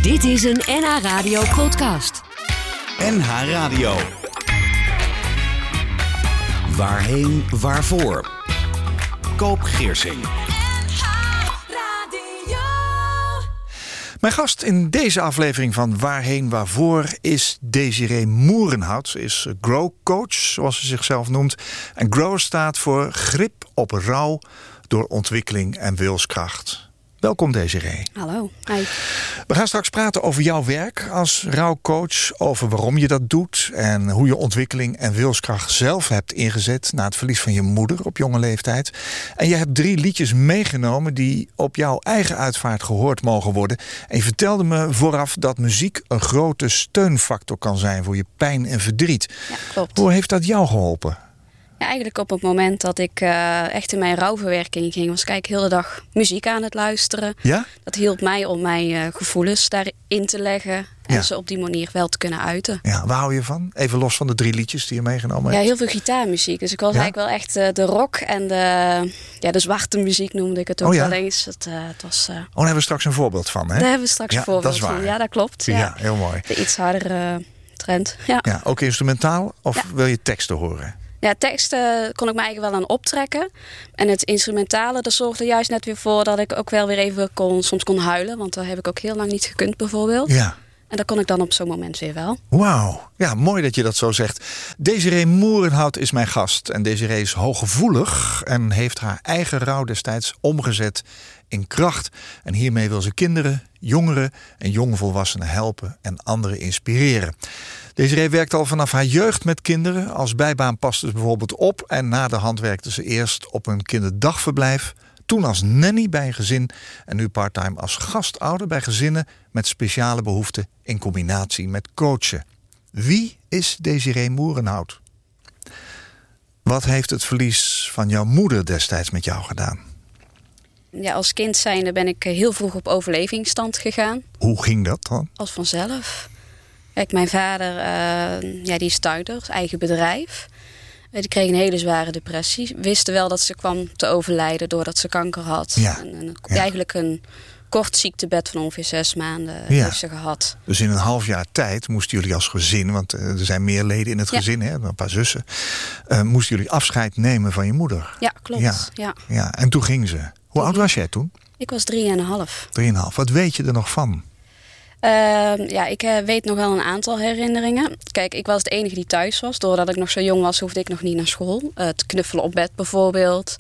Dit is een NH Radio podcast. NH Radio. Waarheen, waarvoor? Koop Geersing. Mijn gast in deze aflevering van Waarheen Waarvoor is Desiree Moerenhout. Ze is Grow Coach, zoals ze zichzelf noemt. En Grow staat voor grip op rouw door ontwikkeling en wilskracht. Welkom Desiree. Hallo. Hi. We gaan straks praten over jouw werk als rouwcoach. Over waarom je dat doet. En hoe je ontwikkeling en wilskracht zelf hebt ingezet na het verlies van je moeder op jonge leeftijd. En je hebt 3 liedjes meegenomen die op jouw eigen uitvaart gehoord mogen worden. En je vertelde me vooraf dat muziek een grote steunfactor kan zijn voor je pijn en verdriet. Ja, klopt. Hoe heeft dat jou geholpen? Ja, eigenlijk op het moment dat ik echt in mijn rouwverwerking ging, was ik eigenlijk heel de dag muziek aan het luisteren. Ja? Dat hielp mij om mijn gevoelens daarin te leggen en ze op die manier wel te kunnen uiten. Ja, waar hou je van? Even los van de 3 liedjes die je meegenomen hebt. Ja, heel veel gitaarmuziek. Dus ik was eigenlijk wel echt de rock en de zwarte muziek noemde ik het ook wel eens. Het was, daar hebben we straks een voorbeeld van, hè? Daar hebben we straks een voorbeeld dat is waar. van. Ja, dat klopt. Ja, heel mooi. De iets hardere trend. Ja, ook instrumentaal? Of wil je teksten horen? Ja, teksten kon ik me eigenlijk wel aan optrekken. En het instrumentale, dat zorgde juist net weer voor dat ik ook wel weer even soms kon huilen. Want dat heb ik ook heel lang niet gekund bijvoorbeeld. Ja. En dat kon ik dan op zo'n moment weer wel. Wauw, ja, mooi dat je dat zo zegt. Desiree Moerenhout is mijn gast. En Desiree is hooggevoelig en heeft haar eigen rouw destijds omgezet in kracht. En hiermee wil ze kinderen, jongeren en jongvolwassenen helpen en anderen inspireren. Desiree werkt al vanaf haar jeugd met kinderen. Als bijbaan paste ze bijvoorbeeld op. En na de hand werkte ze eerst op een kinderdagverblijf. Toen als nanny bij een gezin. En nu parttime als gastouder bij gezinnen met speciale behoeften in combinatie met coachen. Wie is Desiree Moerenhout? Wat heeft het verlies van jouw moeder destijds met jou gedaan? Ja, als kind zijnde ben ik heel vroeg op overlevingsstand gegaan. Hoe ging dat dan? Als vanzelf. Kijk, mijn vader die is tuinder, zijn eigen bedrijf. Die kreeg een hele zware depressie. Wist wel dat ze kwam te overlijden doordat ze kanker had. Ja. Eigenlijk een kort ziektebed van ongeveer 6 maanden heeft ze gehad. Dus in een half jaar tijd moesten jullie als gezin, want er zijn meer leden in het gezin, hè, een paar zussen, moesten jullie afscheid nemen van je moeder. Ja, klopt. Ja. En toen ging ze. Hoe oud was jij toen? Ik was 3,5. 3,5. Wat weet je er nog van? Ik weet nog wel een aantal herinneringen. Kijk, ik was de enige die thuis was. Doordat ik nog zo jong was, hoefde ik nog niet naar school. Te knuffelen op bed bijvoorbeeld.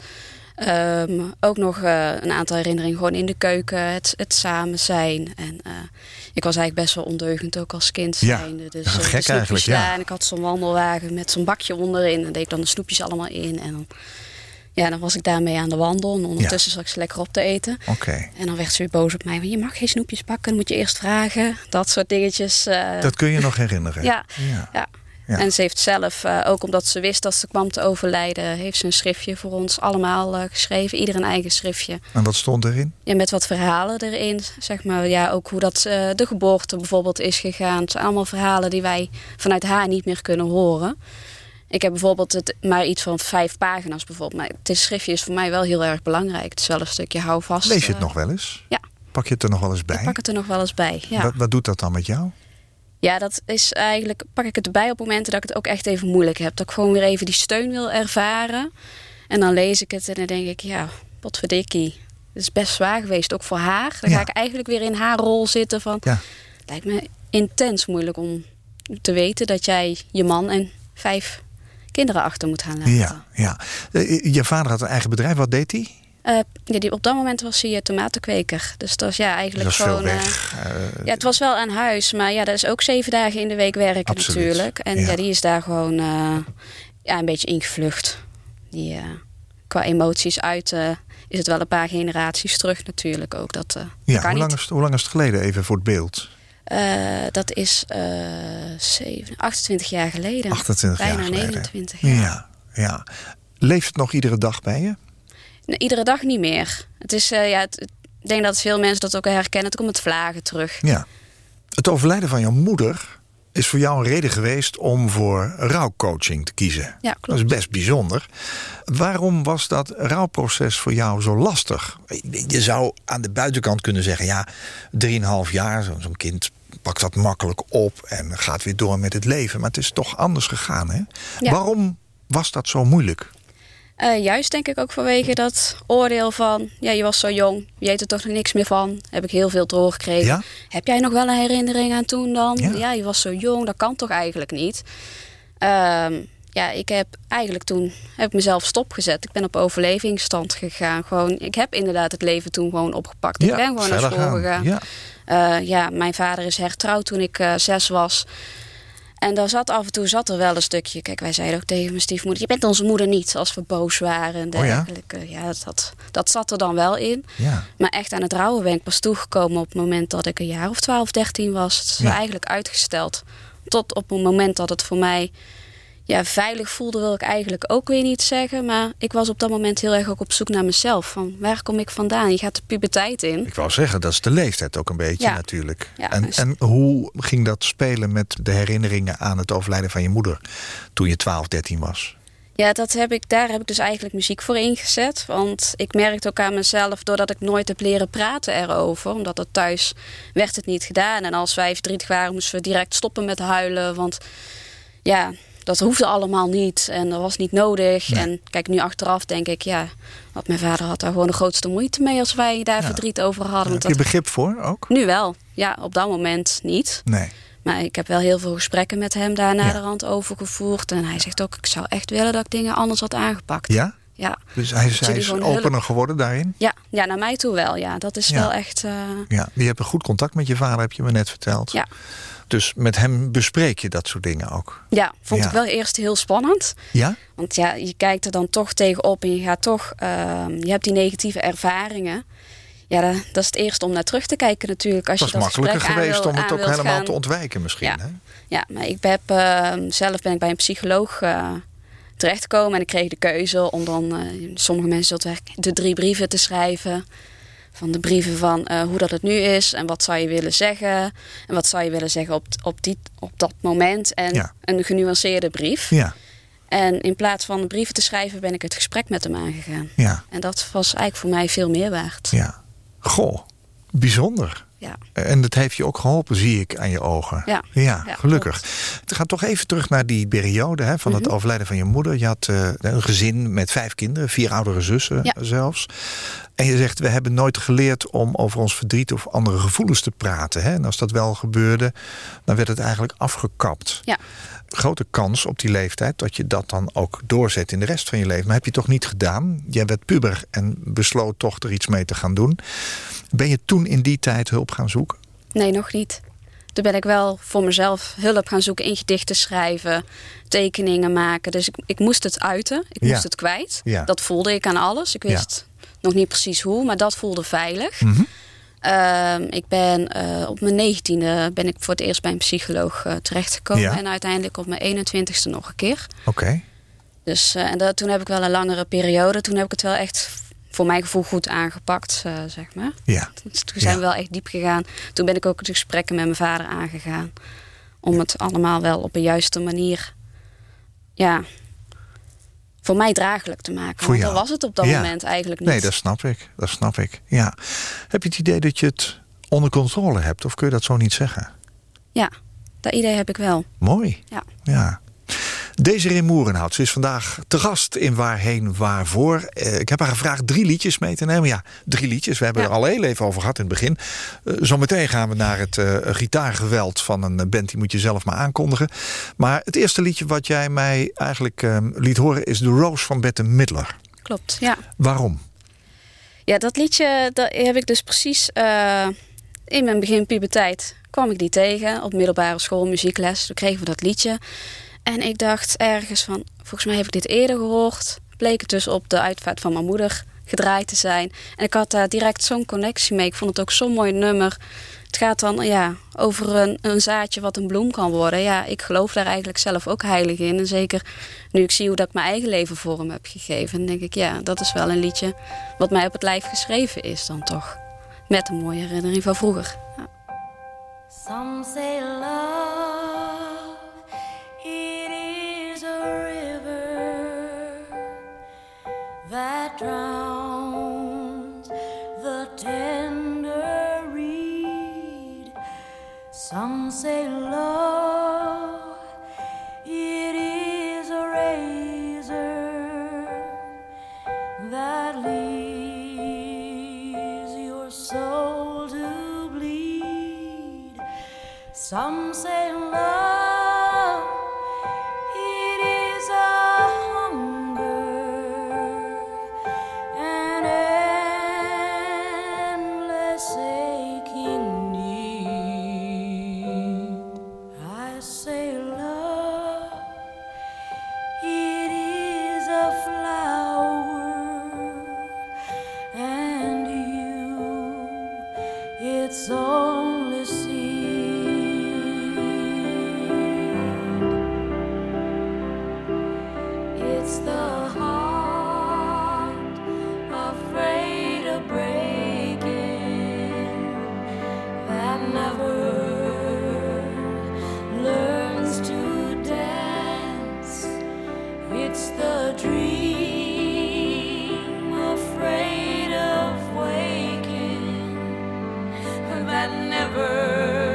Ook nog een aantal herinneringen gewoon in de keuken. Het samen zijn. En ik was eigenlijk best wel ondeugend ook als kind zijnde. Dus, gek eigenlijk, ja. En ik had zo'n wandelwagen met zo'n bakje onderin. En deed ik dan de snoepjes allemaal in. En dan was ik daarmee aan de wandel. En ondertussen zat ik ze lekker op te eten. Okay. En dan werd ze weer boos op mij. Je mag geen snoepjes pakken, dan moet je eerst vragen. Dat soort dingetjes. Dat kun je nog herinneren? Ja. En ze heeft zelf, ook omdat ze wist dat ze kwam te overlijden, heeft ze een schriftje voor ons allemaal geschreven. Ieder een eigen schriftje. En wat stond erin? Ja, met wat verhalen erin. Zeg maar, ja, ook hoe dat de geboorte bijvoorbeeld is gegaan. Het zijn allemaal verhalen die wij vanuit haar niet meer kunnen horen. Ik heb bijvoorbeeld maar iets van 5 pagina's bijvoorbeeld. Maar het schriftje is voor mij wel heel erg belangrijk. Het is wel een stukje houvast. Lees je het nog wel eens? Ja. Pak je het er nog wel eens bij? Ik pak het er nog wel eens bij, ja. Wat doet dat dan met jou? Ja, dat is eigenlijk, pak ik het erbij op momenten dat ik het ook echt even moeilijk heb. Dat ik gewoon weer even die steun wil ervaren. En dan lees ik het en dan denk ik, ja, potverdikkie. Het is best zwaar geweest, ook voor haar. Dan ga ik eigenlijk weer in haar rol zitten van... Het lijkt me intens moeilijk om te weten dat jij je man en 5 kinderen achter moet gaan laten. Ja. Je vader had een eigen bedrijf, wat deed hij? Op dat moment was hij tomatenkweker. Dus dat was eigenlijk dat gewoon... veel weg. Het was wel aan huis. Maar ja, dat is ook 7 dagen in de week werken natuurlijk. En die is daar gewoon een beetje ingevlucht. Qua emoties uit is het wel een paar generaties terug natuurlijk ook. Dat kan hoe lang is het geleden even voor het beeld? Dat is 28 jaar geleden. 28 bijna jaar geleden. 29 jaar. Ja. Leeft het nog iedere dag bij je? Nee, iedere dag niet meer. Het is, ik denk dat veel mensen dat ook herkennen. Het komt met vlagen terug. Ja. Het overlijden van jouw moeder is voor jou een reden geweest om voor rouwcoaching te kiezen. Ja, klopt. Dat is best bijzonder. Waarom was dat rouwproces voor jou zo lastig? Je zou aan de buitenkant kunnen zeggen, ja, 3,5 jaar, zo'n kind pakt dat makkelijk op en gaat weer door met het leven. Maar het is toch anders gegaan, hè? Ja. Waarom was dat zo moeilijk? Juist denk ik ook vanwege dat oordeel van... ja, je was zo jong, je weet er toch nog niks meer van. Heb ik heel veel te horen gekregen. Ja? Heb jij nog wel een herinnering aan toen dan? Ja. Ja, je was zo jong, dat kan toch eigenlijk niet? Ik heb eigenlijk toen mezelf stopgezet. Ik ben op overlevingsstand gegaan. Ik heb inderdaad het leven toen gewoon opgepakt. Ik ben gewoon naar school gegaan. Ja. Mijn vader is hertrouwd toen ik 6 was... En daar af en toe zat er wel een stukje. Kijk, wij zeiden ook tegen mijn stiefmoeder... je bent onze moeder niet, als we boos waren en dergelijke. Dat zat er dan wel in. Ja. Maar echt aan het rouwen ben ik pas toegekomen... op het moment dat ik een jaar of 12, 13 was. Het is eigenlijk uitgesteld. Tot op het moment dat het voor mij... veilig voelde wil ik eigenlijk ook weer niet zeggen. Maar ik was op dat moment heel erg ook op zoek naar mezelf. Van waar kom ik vandaan? Je gaat de puberteit in. Ik wou zeggen, dat is de leeftijd ook een beetje natuurlijk. Ja, en hoe ging dat spelen met de herinneringen aan het overlijden van je moeder... toen je 12, 13 was? Ja, daar heb ik dus eigenlijk muziek voor ingezet. Want ik merkte ook aan mezelf, doordat ik nooit heb leren praten erover. Omdat het thuis werd het niet gedaan. En als wij verdrietig waren, moesten we direct stoppen met huilen. Want ja... dat hoefde allemaal niet en dat was niet nodig. Nee. En kijk, nu achteraf denk ik, wat mijn vader had daar gewoon de grootste moeite mee als wij daar verdriet over hadden. Heb je begrip voor ook? Nu wel. Ja, op dat moment niet. Nee. Maar ik heb wel heel veel gesprekken met hem daar naderhand over gevoerd. En hij zegt ook, ik zou echt willen dat ik dingen anders had aangepakt. Ja? Ja. Dus hij is opener geworden daarin? Ja, naar mij toe wel. Ja, dat is wel echt... Ja, je hebt een goed contact met je vader, heb je me net verteld. Ja. Dus met hem bespreek je dat soort dingen ook? Ja, vond ik wel eerst heel spannend. Ja? Want je kijkt er dan toch tegenop en je gaat toch... je hebt die negatieve ervaringen. Ja, dat is het eerste om naar terug te kijken natuurlijk. Als het was makkelijker geweest om het ook helemaal te ontwijken misschien. Ja, hè? ja, maar zelf ben ik bij een psycholoog terechtgekomen. En ik kreeg de keuze om dan... sommige mensen zullen de 3 brieven te schrijven... van de brieven van hoe dat het nu is en wat zou je willen zeggen. En wat zou je willen zeggen op dat moment. En een genuanceerde brief. Ja. En in plaats van de brieven te schrijven ben ik het gesprek met hem aangegaan. Ja. En dat was eigenlijk voor mij veel meer waard. Ja. Goh, bijzonder. Ja. En dat heeft je ook geholpen, zie ik aan je ogen. Ja, gelukkig. We gaan toch even terug naar die periode van het overlijden van je moeder. Je had een gezin met 5 kinderen, 4 oudere zussen zelfs. En je zegt, we hebben nooit geleerd om over ons verdriet of andere gevoelens te praten. Hè? En als dat wel gebeurde, dan werd het eigenlijk afgekapt. Ja. Grote kans op die leeftijd dat je dat dan ook doorzet in de rest van je leven. Maar heb je toch niet gedaan? Jij werd puber en besloot toch er iets mee te gaan doen. Ben je toen in die tijd hulp gaan zoeken? Nee, nog niet. Toen ben ik wel voor mezelf hulp gaan zoeken in gedichten schrijven, tekeningen maken. Dus ik moest het uiten, ik moest het kwijt. Ja. Dat voelde ik aan alles. Ik wist nog niet precies hoe, maar dat voelde veilig. Mm-hmm. Ik ben op mijn 19e ben ik voor het eerst bij een psycholoog terechtgekomen. Ja. En uiteindelijk op mijn 21ste nog een keer. Oké. Dus toen heb ik wel een langere periode. Toen heb ik het wel echt voor mijn gevoel goed aangepakt, zeg maar. Ja. Toen zijn we wel echt diep gegaan. Toen ben ik ook de gesprekken met mijn vader aangegaan. Om het allemaal wel op een juiste manier... voor mij draaglijk te maken. Want dat was het op dat moment eigenlijk niet. Nee, dat snap ik. Ja. Heb je het idee dat je het onder controle hebt? Of kun je dat zo niet zeggen? Ja, dat idee heb ik wel. Mooi. Ja. Desiree Moerenhout, ze is vandaag te gast in Waarheen Waarvoor. Ik heb haar gevraagd 3 liedjes mee te nemen. Ja, 3 liedjes. We hebben er al heel even over gehad in het begin. Zometeen gaan we naar het gitaargeweld van een band. Die moet je zelf maar aankondigen. Maar het eerste liedje wat jij mij eigenlijk liet horen is The Rose van Bette Midler. Klopt, ja. Waarom? Ja, dat liedje dat heb ik dus precies in mijn begin puberteit kwam ik die tegen op middelbare school, muziekles. Toen kregen we dat liedje. En ik dacht ergens van, volgens mij heb ik dit eerder gehoord. Bleek het dus op de uitvaart van mijn moeder gedraaid te zijn. En ik had daar direct zo'n connectie mee. Ik vond het ook zo'n mooi nummer. Het gaat dan over een zaadje wat een bloem kan worden. Ja, ik geloof daar eigenlijk zelf ook heilig in. En zeker nu ik zie hoe dat ik mijn eigen leven vorm heb gegeven. Dan denk ik, dat is wel een liedje wat mij op het lijf geschreven is dan toch. Met een mooie herinnering van vroeger. Ja. Some say love Some say love, it is a razor that leaves your soul to bleed. Some say love, it is a hunger, an endless aching need. I say love, it is a flower, and you, it's only seed. It's the heart afraid of breaking that never learns to dance. It's the dream afraid of waking that never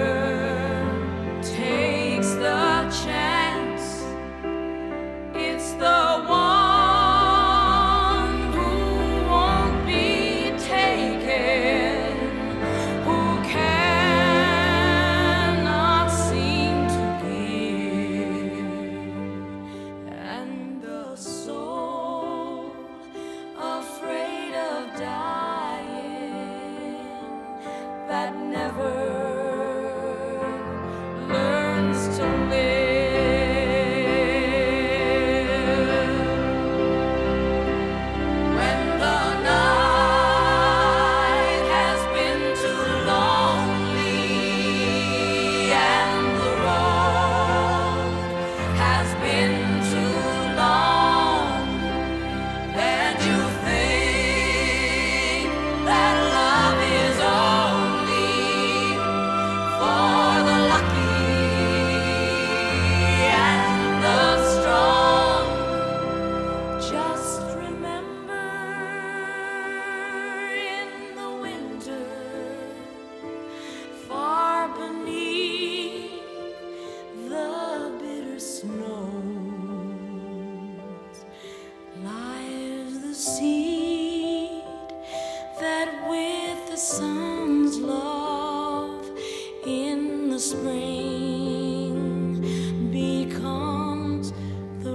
takes the chance. It's the one who won't be taken, who cannot seem to give, and the soul afraid of dying that never learns to live. When the night has been too lonely and the road has been too long, and you think that love is only for the lucky and the strong, just remember in the winter, far beneath the bitter snows, lies the seed that with the sun's love in the spring becomes the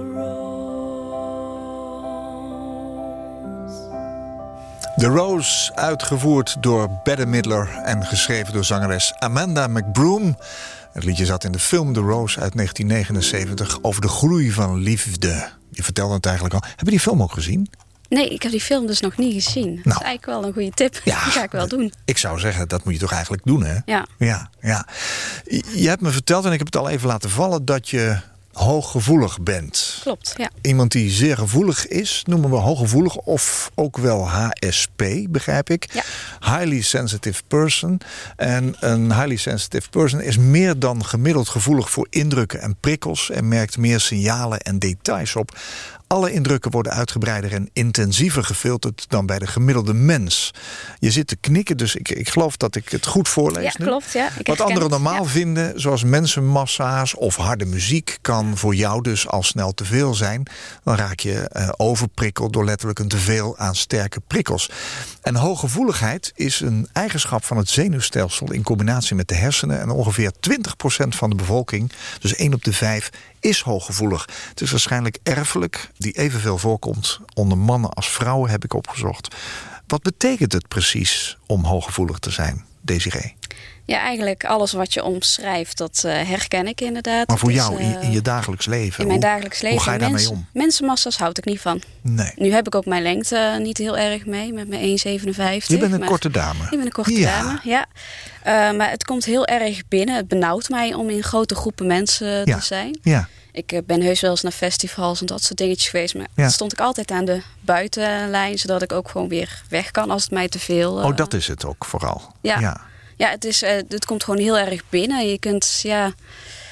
rose. The Rose, uitgevoerd door Bette Midler en geschreven door zangeres Amanda McBroom. Het liedje zat in de film The Rose uit 1979 over de groei van liefde. Je vertelde het eigenlijk al. Heb je die film ook gezien? Nee, ik heb die film dus nog niet gezien. Dat is eigenlijk wel een goede tip. Ja, Die ga ik wel doen. Ik zou zeggen, dat moet je toch eigenlijk doen, hè? Ja. Ja. Je hebt me verteld, en ik heb het al even laten vallen, dat je hooggevoelig bent. Klopt, ja. Iemand die zeer gevoelig is, noemen we hooggevoelig, of ook wel HSP, begrijp ik. Ja. Highly sensitive person. En een highly sensitive person is meer dan gemiddeld gevoelig voor indrukken en prikkels en merkt meer signalen en details op. Alle indrukken worden uitgebreider en intensiever gefilterd dan bij de gemiddelde mens. Je zit te knikken, dus ik geloof dat ik het goed voorlees. Ja, nu. klopt. Ja. Wat anderen normaal vinden, zoals mensenmassa's of harde muziek, kan voor jou dus al snel te veel zijn. Dan raak je overprikkeld door letterlijk een teveel aan sterke prikkels. En hooggevoeligheid is een eigenschap van het zenuwstelsel in combinatie met de hersenen. En ongeveer 20% van de bevolking, dus 1 op de 5, is hooggevoelig. Het is waarschijnlijk erfelijk, die evenveel voorkomt onder mannen als vrouwen, heb ik opgezocht. Wat betekent het precies om hooggevoelig te zijn, Desiree? Ja, eigenlijk alles wat je omschrijft, dat herken ik inderdaad. Maar voor Het jou, in je dagelijks leven? In mijn dagelijks leven. Hoe ga je daarmee om? Mensenmassa's houd ik niet van. Nee. Nu heb ik ook mijn lengte niet heel erg mee, met mijn 1,57. Je bent een korte dame. Ik ben een korte dame, ja. Maar het komt heel erg binnen. Het benauwt mij om in grote groepen mensen te zijn. Ja. Ik ben heus wel eens naar festivals en dat soort dingetjes geweest. Maar Ja. stond ik altijd aan de buitenlijn, zodat ik ook gewoon weer weg kan als het mij te veel... Oh, dat is het ook vooral. Ja, het komt gewoon heel erg binnen. Je kunt,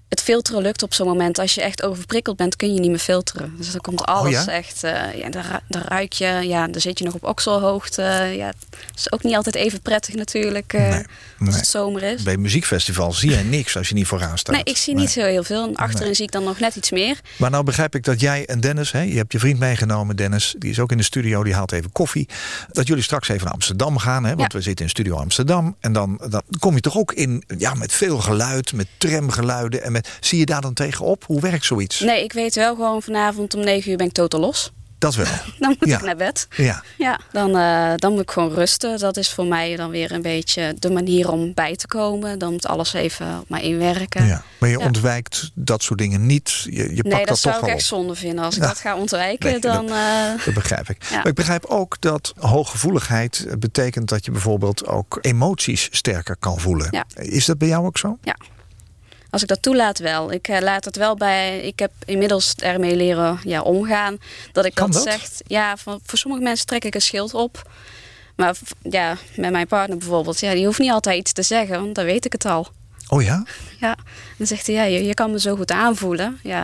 het filteren lukt op zo'n moment. Als je echt overprikkeld bent, kun je niet meer filteren. Dus dan komt alles echt... dan ruik je... Ja, dan zit je nog op okselhoogte. Ja, dat is ook niet altijd even prettig natuurlijk. Als het zomer is. Bij muziekfestivals zie je niks als je niet vooraan staat. Nee, ik zie niet zo heel veel. En achterin zie ik dan nog net iets meer. Maar nou begrijp ik dat jij en Dennis... je hebt je vriend meegenomen, Dennis. Die is ook in de studio, die haalt even koffie. Dat jullie straks even naar Amsterdam gaan. Want we zitten in Studio Amsterdam. En dan kom je toch ook in... Ja, met veel geluid, met tramgeluiden. En zie je daar dan tegenop? Hoe werkt zoiets? Nee, ik weet wel gewoon vanavond om 9 uur ben ik totaal los. Dat wel. Dan moet ik naar bed. Ja. Dan moet ik gewoon rusten. Dat is voor mij dan weer een beetje de manier om bij te komen. Dan moet alles even op mij inwerken. Ja. Maar je ontwijkt dat soort dingen niet. Je pakt dat toch wel op. Nee, dat zou ik echt zonde vinden. Als ik dat ga ontwijken, dan... Dat begrijp ik. Ja. Maar ik begrijp ook dat hooggevoeligheid betekent dat je bijvoorbeeld ook emoties sterker kan voelen. Ja. Is dat bij jou ook zo? Ja. Als ik dat toelaat wel. Ik laat het wel bij... Ik heb inmiddels ermee leren omgaan. Dat ik kan dat zeg. Ja, voor sommige mensen trek ik een schild op. Maar ja, met mijn partner bijvoorbeeld. Ja, die hoeft niet altijd iets te zeggen. Want dan weet ik het al. Oh ja? Ja. Dan zegt hij, ja, je kan me zo goed aanvoelen. Ja,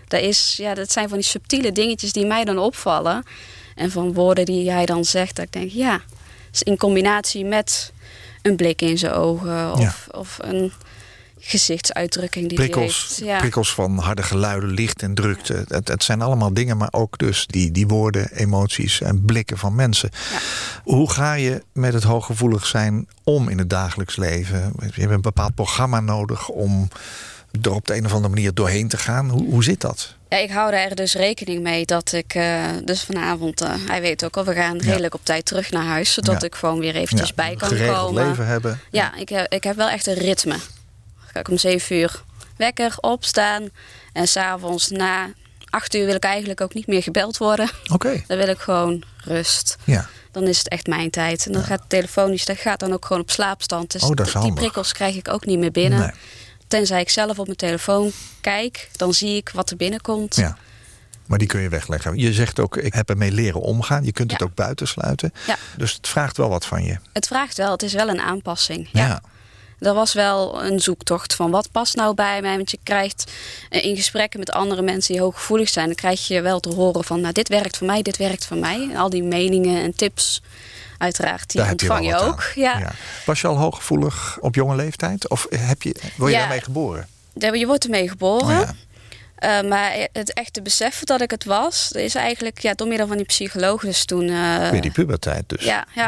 dat zijn van die subtiele dingetjes die mij dan opvallen. En van woorden die hij dan zegt. Dat ik denk, ja. Dus in combinatie met een blik in zijn ogen. Of een... gezichtsuitdrukking die prikkels, hij heeft. Ja. Prikkels van harde geluiden, licht en drukte. Het zijn allemaal dingen, maar ook dus die woorden, emoties en blikken van mensen. Ja. Hoe ga je met het hooggevoelig zijn om in het dagelijks leven? Je hebt een bepaald programma nodig om er op de een of andere manier doorheen te gaan. Hoe zit dat? Ja, ik hou er dus rekening mee dat ik dus vanavond, hij weet ook al, we gaan redelijk op tijd terug naar huis. Zodat ik gewoon weer eventjes bij kan geregeld komen. Leven hebben. Ja, ik heb wel echt een ritme. Ga ik om 7 uur wekker, opstaan. En 's avonds na 8 uur wil ik eigenlijk ook niet meer gebeld worden. Oké. Dan wil ik gewoon rust. Ja. Dan is het echt mijn tijd. En dan gaat het telefonisch, dat gaat dan ook gewoon op slaapstand. Dus dat is die prikkels krijg ik ook niet meer binnen. Nee. Tenzij ik zelf op mijn telefoon kijk, dan zie ik wat er binnenkomt. Ja. Maar die kun je wegleggen. Je zegt ook, ik heb ermee leren omgaan. Je kunt het ook buitensluiten. Ja. Dus het vraagt wel wat van je. Het vraagt wel, het is wel een aanpassing. Ja. Er was wel een zoektocht van wat past nou bij mij. Want je krijgt in gesprekken met andere mensen die hooggevoelig zijn... dan krijg je wel te horen van, nou, dit werkt voor mij, dit werkt voor mij. En al die meningen en tips, uiteraard, die ontvang je ook. Ja. Was je al hooggevoelig op jonge leeftijd? Of word je daarmee geboren? Je wordt ermee geboren. Maar het echte beseffen dat ik het was... dat is eigenlijk door middel van die psycholoog. Dus toen... Weer die puberteit dus.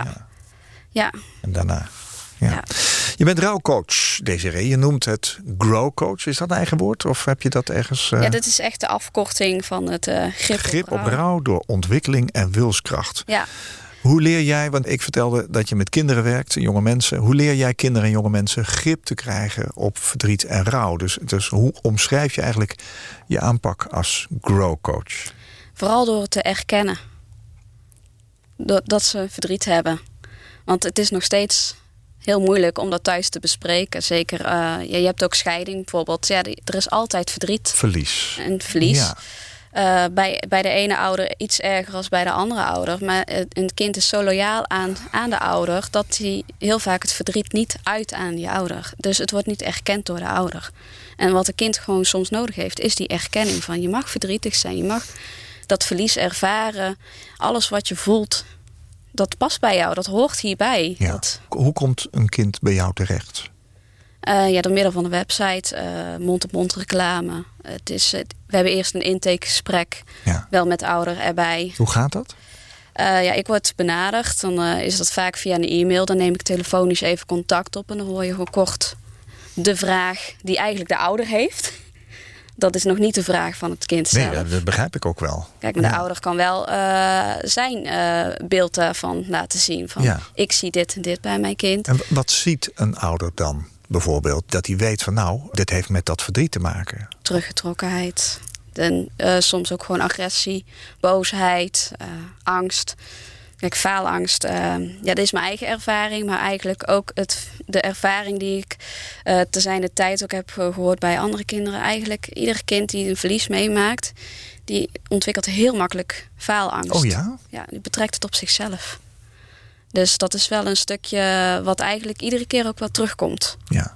Ja. En daarna... Ja. Je bent rouwcoach, Desiree. Je noemt het Grow Coach. Is dat een eigen woord? Of heb je dat ergens... Ja, dit is echt de afkorting van het grip op rouw door ontwikkeling en wilskracht. Ja. Hoe leer jij, want ik vertelde dat je met kinderen werkt, jonge mensen. Hoe leer jij kinderen en jonge mensen grip te krijgen op verdriet en rouw? Dus hoe omschrijf je eigenlijk je aanpak als Grow Coach? Vooral door het te erkennen. Dat ze verdriet hebben. Want het is nog steeds... heel moeilijk om dat thuis te bespreken. Zeker, je hebt ook scheiding bijvoorbeeld. Ja, er is altijd verdriet. Verlies. En verlies. Ja. Bij de ene ouder iets erger als bij de andere ouder. Maar een kind is zo loyaal aan de ouder... dat hij heel vaak het verdriet niet uit aan die ouder. Dus het wordt niet erkend door de ouder. En wat een kind gewoon soms nodig heeft... is die erkenning van je mag verdrietig zijn. Je mag dat verlies ervaren. Alles wat je voelt... dat past bij jou, dat hoort hierbij. Ja. Hoe komt een kind bij jou terecht? Door middel van de website, mond-op-mond reclame. We hebben eerst een intakegesprek, wel met de ouder erbij. Hoe gaat dat? Ik word benaderd, dan is dat vaak via een e-mail. Dan neem ik telefonisch even contact op en dan hoor je gewoon kort de vraag die eigenlijk de ouder heeft. Dat is nog niet de vraag van het kind zelf. Nee, dat begrijp ik ook wel. Kijk, maar de ouder kan wel zijn beeld daarvan laten zien. Van, ik zie dit en dit bij mijn kind. En wat ziet een ouder dan bijvoorbeeld? Dat hij weet van dit heeft met dat verdriet te maken. Teruggetrokkenheid. En soms ook gewoon agressie, boosheid, angst. Kijk, faalangst, dat is mijn eigen ervaring. Maar eigenlijk ook de ervaring die ik te zijner tijd ook heb gehoord bij andere kinderen. Eigenlijk ieder kind die een verlies meemaakt, die ontwikkelt heel makkelijk faalangst. Oh ja? Ja, die betrekt het op zichzelf. Dus dat is wel een stukje wat eigenlijk iedere keer ook wel terugkomt. Ja.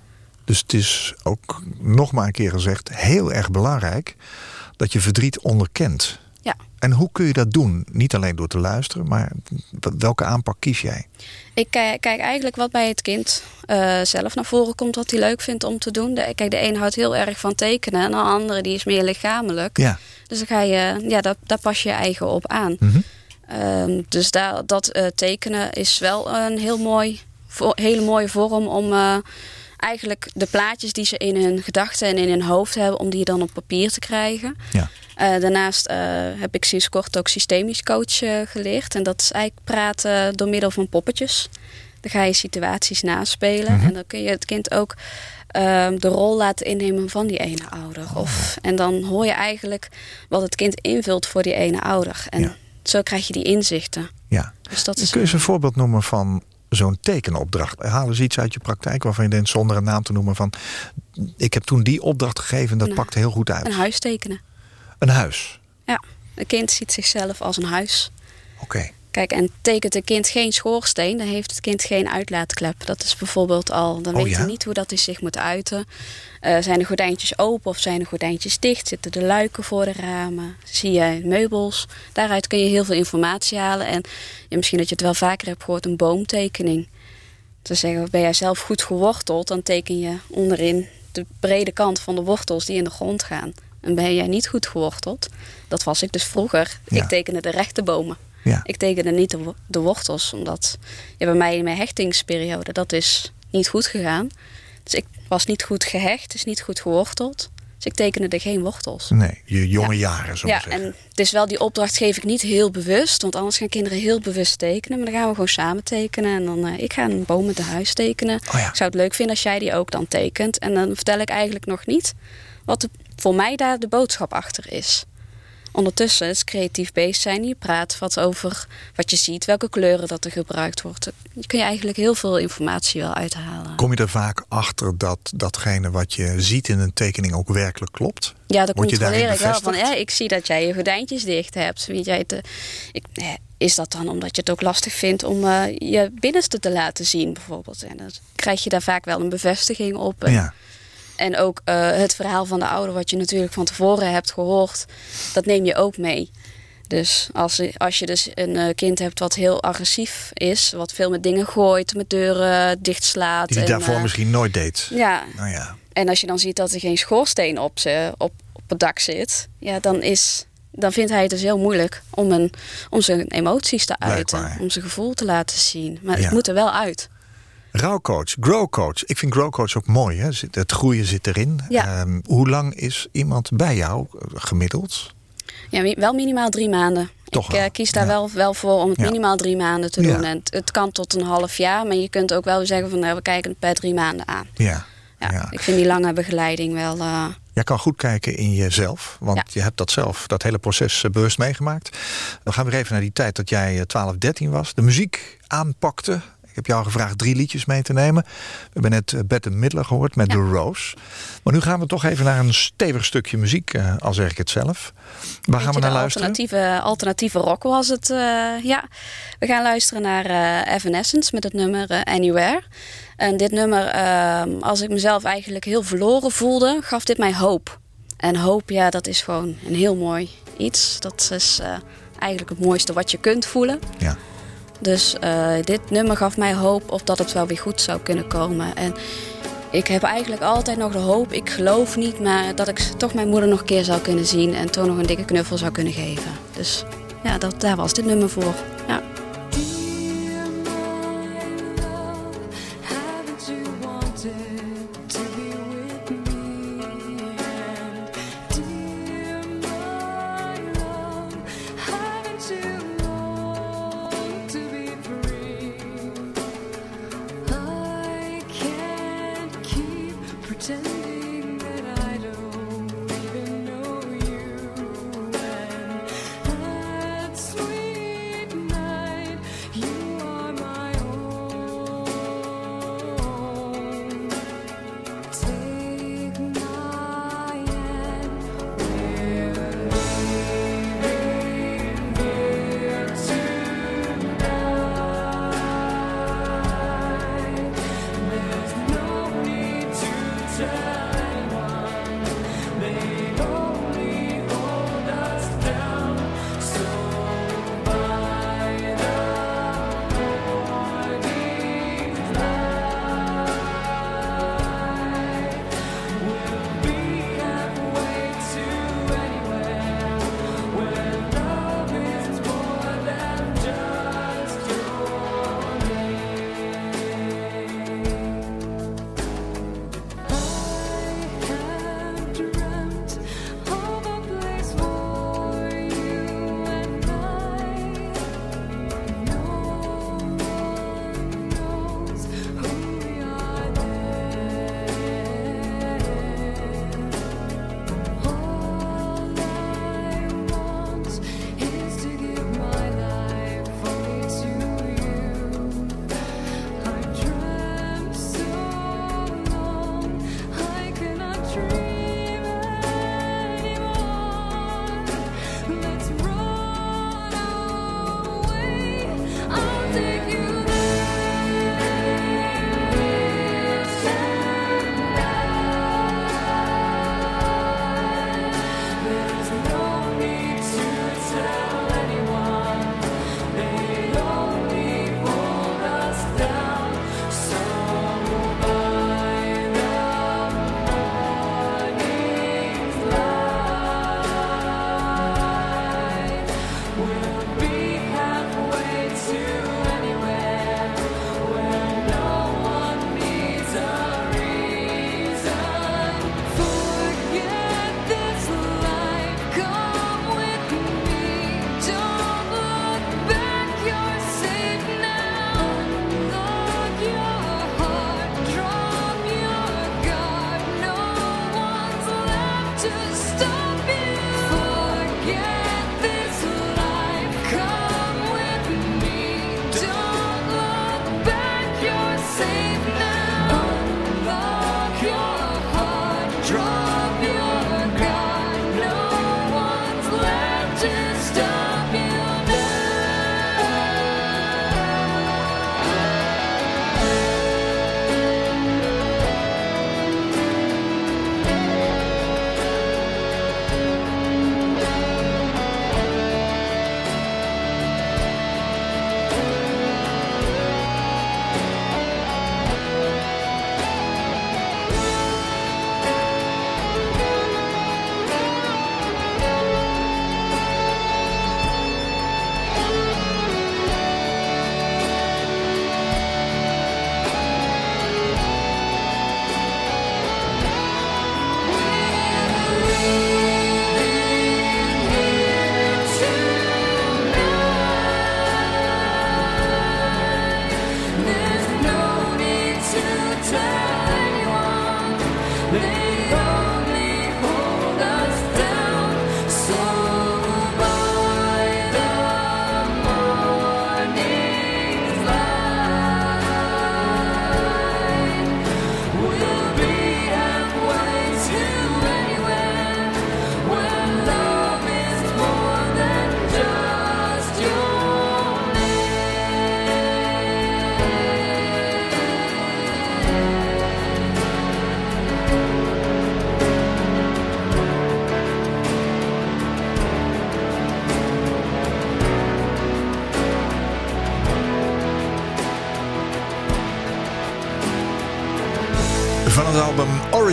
Dus het is ook, nog maar een keer gezegd, heel erg belangrijk dat je verdriet onderkent. Ja. En hoe kun je dat doen? Niet alleen door te luisteren, maar welke aanpak kies jij? Ik kijk eigenlijk wat bij het kind zelf naar voren komt, wat hij leuk vindt om te doen. Kijk, de een houdt heel erg van tekenen en de andere die is meer lichamelijk. Ja. Dus dan ga je, daar pas je eigen op aan. Mm-hmm. Dus dat tekenen is wel een hele mooie vorm om eigenlijk de plaatjes die ze in hun gedachten en in hun hoofd hebben, om die dan op papier te krijgen. Ja. Daarnaast heb ik sinds kort ook systemisch coach geleerd. En dat is eigenlijk praten door middel van poppetjes. Dan ga je situaties naspelen. Mm-hmm. En dan kun je het kind ook de rol laten innemen van die ene ouder. En dan hoor je eigenlijk wat het kind invult voor die ene ouder. En zo krijg je die inzichten. Ja. Dus dat is Kun je eens een voorbeeld noemen van zo'n tekenopdracht? Haal eens iets uit je praktijk waarvan je denkt, zonder een naam te noemen, van ik heb toen die opdracht gegeven, dat pakte heel goed uit. een huis tekenen. Een huis? Ja, een kind ziet zichzelf als een huis. Oké. Kijk, en tekent een kind geen schoorsteen, dan heeft het kind geen uitlaatklep. Dat is bijvoorbeeld al, dan weet hij niet hoe dat hij zich moet uiten. Zijn de gordijntjes open of zijn de gordijntjes dicht? Zitten de luiken voor de ramen? Zie je meubels? Daaruit kun je heel veel informatie halen. En misschien dat je het wel vaker hebt gehoord, een boomtekening. Te zeggen, ben jij zelf goed geworteld, dan teken je onderin de brede kant van de wortels die in de grond gaan. En ben jij niet goed geworteld? Dat was ik dus vroeger. Ja. Ik tekende de rechte bomen. Ja. Ik tekende niet de wortels, omdat bij mij in mijn hechtingsperiode, dat is niet goed gegaan. Dus ik was niet goed gehecht, dus niet goed geworteld. Dus ik tekende er geen wortels. Nee, je jonge jaren, zo zeggen. En het is wel, die opdracht geef ik niet heel bewust, want anders gaan kinderen heel bewust tekenen. Maar dan gaan we gewoon samen tekenen. En dan, ik ga een boom met een huis tekenen. Oh ja. Ik zou het leuk vinden als jij die ook dan tekent. En dan vertel ik eigenlijk nog niet wat voor mij daar de boodschap achter is. Ondertussen is creatief bezig zijn. Je praat wat over wat je ziet, welke kleuren dat er gebruikt wordt. Je kun je eigenlijk heel veel informatie wel uithalen. Kom je er vaak achter dat datgene wat je ziet in een tekening ook werkelijk klopt? Ja, dat Word je controleer daarin ik wel. Van, bevestigd? ik zie dat jij je gordijntjes dicht hebt. Weet jij is dat dan omdat je het ook lastig vindt om je binnenste te laten zien bijvoorbeeld? En dan krijg je daar vaak wel een bevestiging op. Ja. En ook het verhaal van de ouder, wat je natuurlijk van tevoren hebt gehoord, dat neem je ook mee. Dus als je dus een kind hebt wat heel agressief is, wat veel met dingen gooit, met deuren dichtslaat. Die daarvoor misschien nooit deed. Ja. Nou ja. En als je dan ziet dat er geen schoorsteen op het dak zit, ja, dan vindt hij het dus heel moeilijk om zijn emoties te uiten. Blijkbaar. Om zijn gevoel te laten zien. Maar Ja. het moet er wel uit. Rouwcoach, growcoach. Ik vind growcoach ook mooi. Hè? Het groeien zit erin. Ja. Hoe lang is iemand bij jou gemiddeld? Ja, wel minimaal 3 maanden. Toch ik wel. kies daar wel voor om het Ja. minimaal 3 maanden te Ja. doen. En het kan tot een half jaar. Maar je kunt ook wel zeggen van we kijken het per 3 maanden aan. Ja. Ja, Ja. Ik vind die lange begeleiding wel. Jij kan goed kijken in jezelf. Want Ja. je hebt dat zelf, dat hele proces bewust meegemaakt. Dan gaan we weer even naar die tijd dat jij 12, 13 was. De muziek aanpakte. Ik heb jou gevraagd 3 liedjes mee te nemen. We hebben net Bette Midler gehoord met The Rose. Maar nu gaan we toch even naar een stevig stukje muziek, al zeg ik het zelf. Waar gaan we naar luisteren? Alternatieve rock was het. Ja, we gaan luisteren naar Evanescence met het nummer Anywhere. En dit nummer, als ik mezelf eigenlijk heel verloren voelde, gaf dit mij hoop. En hoop, ja, dat is gewoon een heel mooi iets. Dat is eigenlijk het mooiste wat je kunt voelen. Ja. Dus dit nummer gaf mij hoop op dat het wel weer goed zou kunnen komen. En ik heb eigenlijk altijd nog de hoop, ik geloof niet, maar dat ik toch mijn moeder nog een keer zou kunnen zien en toch nog een dikke knuffel zou kunnen geven. Dus ja, daar was dit nummer voor. Ja. Pretending that I don't even know you, and that sweet night, you are my own. Take my hand, we're leaving here tonight. There's no need to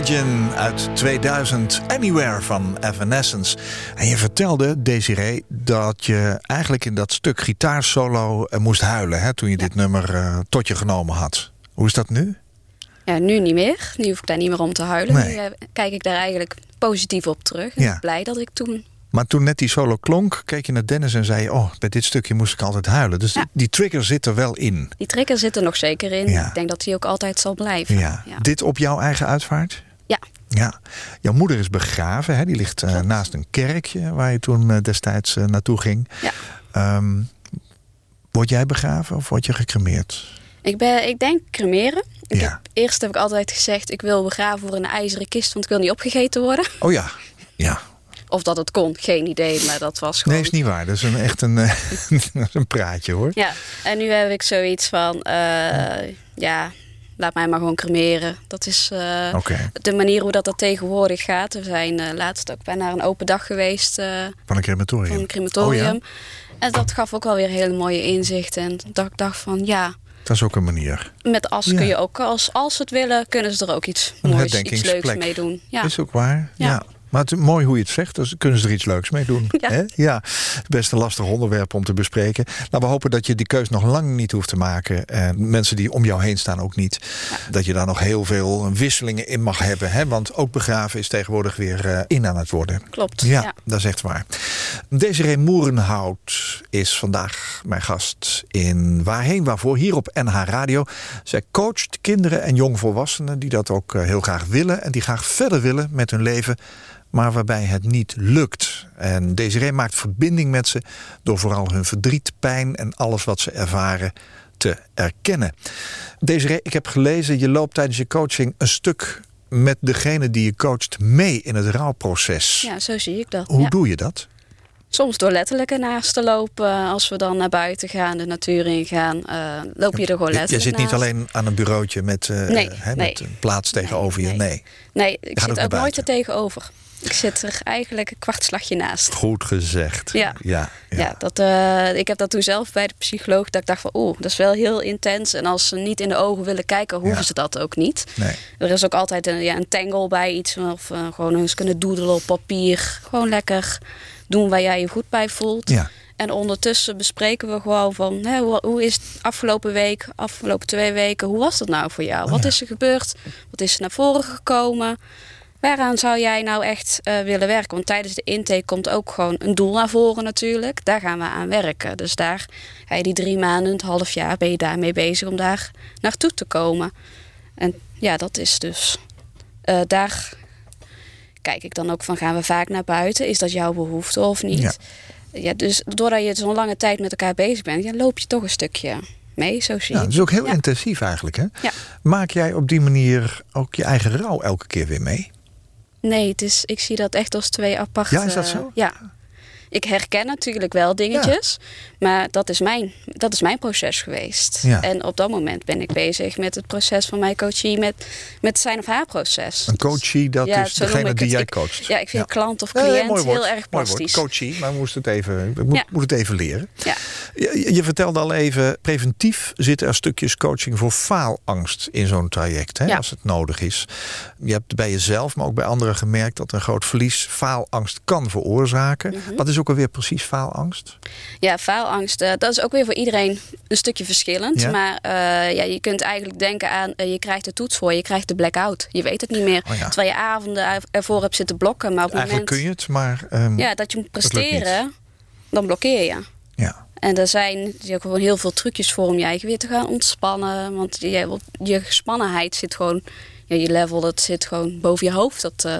Imagine uit 2000, Anywhere van Evanescence. En je vertelde, Desiree, dat je eigenlijk in dat stuk gitaarsolo moest huilen, hè, toen je dit nummer tot je genomen had. Hoe is dat nu? Ja, nu niet meer. Nu hoef ik daar niet meer om te huilen. Nee. Nu kijk ik daar eigenlijk positief op terug. En Ja. ik ben blij dat ik toen... Maar toen net die solo klonk, keek je naar Dennis en zei je, oh, bij dit stukje moest ik altijd huilen. Dus Ja. die trigger zit er wel in. Die trigger zit er nog zeker in. Ja. Ik denk dat die ook altijd zal blijven. Ja. Dit op jouw eigen uitvaart? Ja. Ja. Jouw moeder is begraven, hè? Die ligt naast een kerkje waar je toen destijds naartoe ging. Ja. Word jij begraven of word je gecremeerd? Ik denk cremeren. Ja. Eerst heb ik altijd gezegd, ik wil begraven voor een ijzeren kist, want ik wil niet opgegeten worden. Oh ja, ja. Of dat het kon, geen idee, maar dat was gewoon... Nee, is niet waar. Dat is echt een, dat is een praatje, hoor. Ja, en nu heb ik zoiets van, laat mij maar gewoon cremeren. Dat is Oké. de manier hoe dat tegenwoordig gaat. We zijn laatst ook bij naar een open dag geweest Van een crematorium. van een crematorium. Oh ja? En dat gaf ook wel weer hele mooie inzichten. En dat ik dacht van, ja, Dat is ook een manier. met as Ja. kun je ook, als ze het willen, kunnen ze er ook iets Een moois, iets herdenkingsplek. leuks mee doen. Ja. Is ook waar. Ja. Ja. Maar het is mooi hoe je het zegt. Dus kunnen ze er iets leuks mee doen. Ja. Hè? Ja. Het is best een lastig onderwerp om te bespreken. Nou, we hopen dat je die keus nog lang niet hoeft te maken. En mensen die om jou heen staan ook niet. Ja. Dat je daar nog heel veel wisselingen in mag hebben. Hè? Want ook begraven is tegenwoordig weer in aan het worden. Klopt. Ja, Ja. dat is echt waar. Desiree Moerenhout is vandaag mijn gast in Waarheen Waarvoor, hier op NH Radio. Zij coacht kinderen en jongvolwassenen die dat ook heel graag willen. En die graag verder willen met hun leven, maar waarbij het niet lukt. En Desiree maakt verbinding met ze door vooral hun verdriet, pijn en alles wat ze ervaren te erkennen. Desiree, ik heb gelezen, je loopt tijdens je coaching een stuk met degene die je coacht mee in het rouwproces. Ja, zo zie ik dat. Hoe Ja. doe je dat? Soms door letterlijk ernaast te lopen. Als we dan naar buiten gaan, de natuur ingaan, loop je er gewoon letterlijk Je zit niet naast. alleen aan een bureautje met, Nee, met nee. een plaats tegenover je. Nee. Nee, ik gaat ook zit naar ook nooit buiten. er tegenover. Ik zit er eigenlijk een kwartslagje naast. Goed gezegd. Ja. Ja. Ja, ik heb dat toen zelf bij de psycholoog. Dat ik dacht van, dat is wel heel intens. En als ze niet in de ogen willen kijken, hoeven Ja. ze dat ook niet. Nee. Er is ook altijd een tangle bij iets. Of gewoon eens kunnen doodelen op papier. Gewoon lekker doen waar jij je goed bij voelt. Ja. En ondertussen bespreken we gewoon van, hoe is het afgelopen 2 weken, hoe was dat nou voor jou? Wat ja. is er gebeurd? Wat is er naar voren gekomen? Waaraan zou jij nou echt willen werken? Want tijdens de intake komt ook gewoon een doel naar voren natuurlijk. Daar gaan we aan werken. Dus daar ga je die 3 maanden, het half jaar, ben je daarmee bezig om daar naartoe te komen. En ja, dat is dus... daar kijk ik dan ook van, gaan we vaak naar buiten? Is dat jouw behoefte of niet? Ja. Ja, dus doordat je zo'n lange tijd met elkaar bezig bent, loop je toch een stukje mee, zo zie Ja, ik. dat is ook heel Ja. intensief eigenlijk. Hè? Ja. Maak jij op die manier ook je eigen rouw elke keer weer mee? Nee, ik zie dat echt als 2 aparte... Ja, is dat zo? Ja. Ik herken natuurlijk wel dingetjes, maar dat is mijn proces geweest. Ja. En op dat moment ben ik bezig met het proces van mijn coachie, met zijn of haar proces. Een coachie, dat Ja, is zo noem degene ik die het. jij coacht. Ja, ik vind klant of Nee, cliënt mooi woord, heel erg mooi woord. plastisch. Coachie, maar we moesten het even, Ja. moet het even leren. Ja. Je vertelde al even, preventief zitten er stukjes coaching voor faalangst in zo'n traject, hè, Ja. als het nodig is. Je hebt bij jezelf, maar ook bij anderen gemerkt dat een groot verlies faalangst kan veroorzaken. Mhm. Wat is ook alweer precies faalangst? Ja, faalangst, dat is ook weer voor iedereen een stukje verschillend. Ja. Maar je kunt eigenlijk denken aan, je krijgt de toets voor, je krijgt de blackout. Je weet het niet meer. Oh ja. Terwijl je avonden ervoor hebt zitten blokken. Maar op het Eigenlijk moment kun je het, maar dat je moet lukt niet. presteren, dan blokkeer je. ja. En er zijn gewoon heel veel trucjes voor om je eigen weer te gaan ontspannen. Want je gespannenheid zit gewoon, je level, dat zit gewoon boven je hoofd.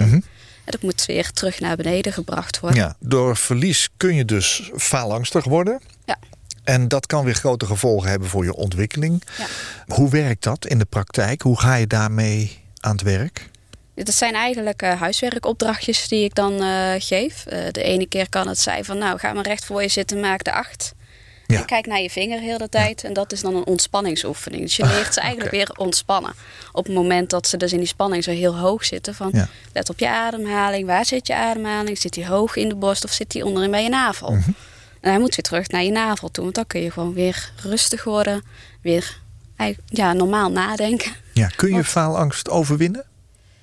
Dat moet weer terug naar beneden gebracht worden. Ja, door verlies kun je dus faalangstig worden. Ja. En dat kan weer grote gevolgen hebben voor je ontwikkeling. Ja. Hoe werkt dat in de praktijk? Hoe ga je daarmee aan het werk? Dat zijn eigenlijk huiswerkopdrachtjes die ik dan geef. De ene keer kan het zijn van, ga maar recht voor je zitten, maak de 8. Ja. En kijk naar je vinger heel de tijd. En dat is dan een ontspanningsoefening. Dus je leert ze eigenlijk weer ontspannen. Op het moment dat ze dus in die spanning zo heel hoog zitten. Van, let op je ademhaling. Waar zit je ademhaling? Zit die hoog in de borst of zit die onderin bij je navel? Mhm. En hij moet weer terug naar je navel toe. Want dan kun je gewoon weer rustig worden. Weer normaal nadenken. Ja, kun je faalangst overwinnen?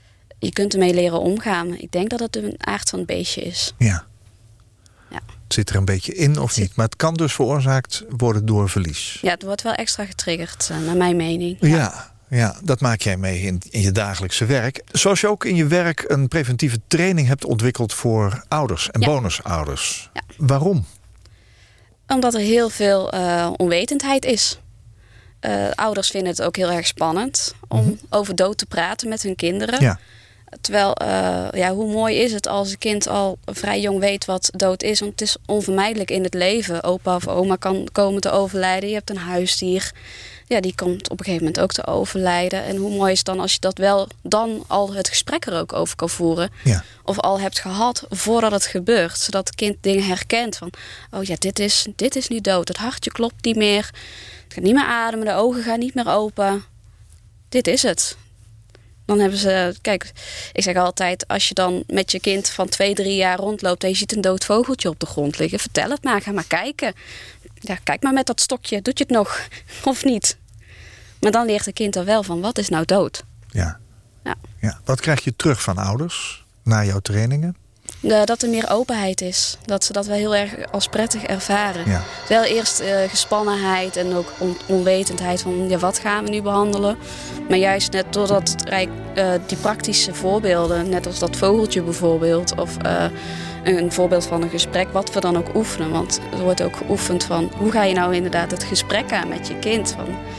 je kunt ermee leren omgaan. Ik denk dat het een aard van het beestje is. Ja. Ja. Het zit er een beetje in of niet. Maar het kan dus veroorzaakt worden door verlies. Ja, het wordt wel extra getriggerd, naar mijn mening. Ja, dat maak jij mee in je dagelijkse werk. Zoals je ook in je werk een preventieve training hebt ontwikkeld voor ouders en bonusouders. Ja. Waarom? Omdat er heel veel onwetendheid is. Ouders vinden het ook heel erg spannend om over dood te praten met hun kinderen. Ja. Terwijl, hoe mooi is het als een kind al vrij jong weet wat dood is. Want het is onvermijdelijk in het leven. Opa of oma kan komen te overlijden. Je hebt een huisdier. Ja, die komt op een gegeven moment ook te overlijden. En hoe mooi is het dan als je dat wel dan al het gesprek er ook over kan voeren. Ja. Of al hebt gehad voordat het gebeurt. Zodat het kind dingen herkent van, oh ja, dit is nu dood. Het hartje klopt niet meer. Het gaat niet meer ademen. De ogen gaan niet meer open. Dit is het. Dan hebben ze, kijk, ik zeg altijd, als je dan met je kind van 2-3 jaar rondloopt en je ziet een dood vogeltje op de grond liggen, vertel het maar, ga maar kijken. Ja, kijk maar met dat stokje, doet je het nog of niet? Maar dan leert het kind er wel van, wat is nou dood? Ja. Ja. Ja. Wat krijg je terug van ouders na jouw trainingen? Dat er meer openheid is. Dat ze dat wel heel erg als prettig ervaren. Ja. Wel eerst gespannenheid en ook onwetendheid van, ja, wat gaan we nu behandelen? Maar juist net doordat die praktische voorbeelden, net als dat vogeltje bijvoorbeeld, of een voorbeeld van een gesprek, wat we dan ook oefenen. Want er wordt ook geoefend van, hoe ga je nou inderdaad het gesprek aan met je kind?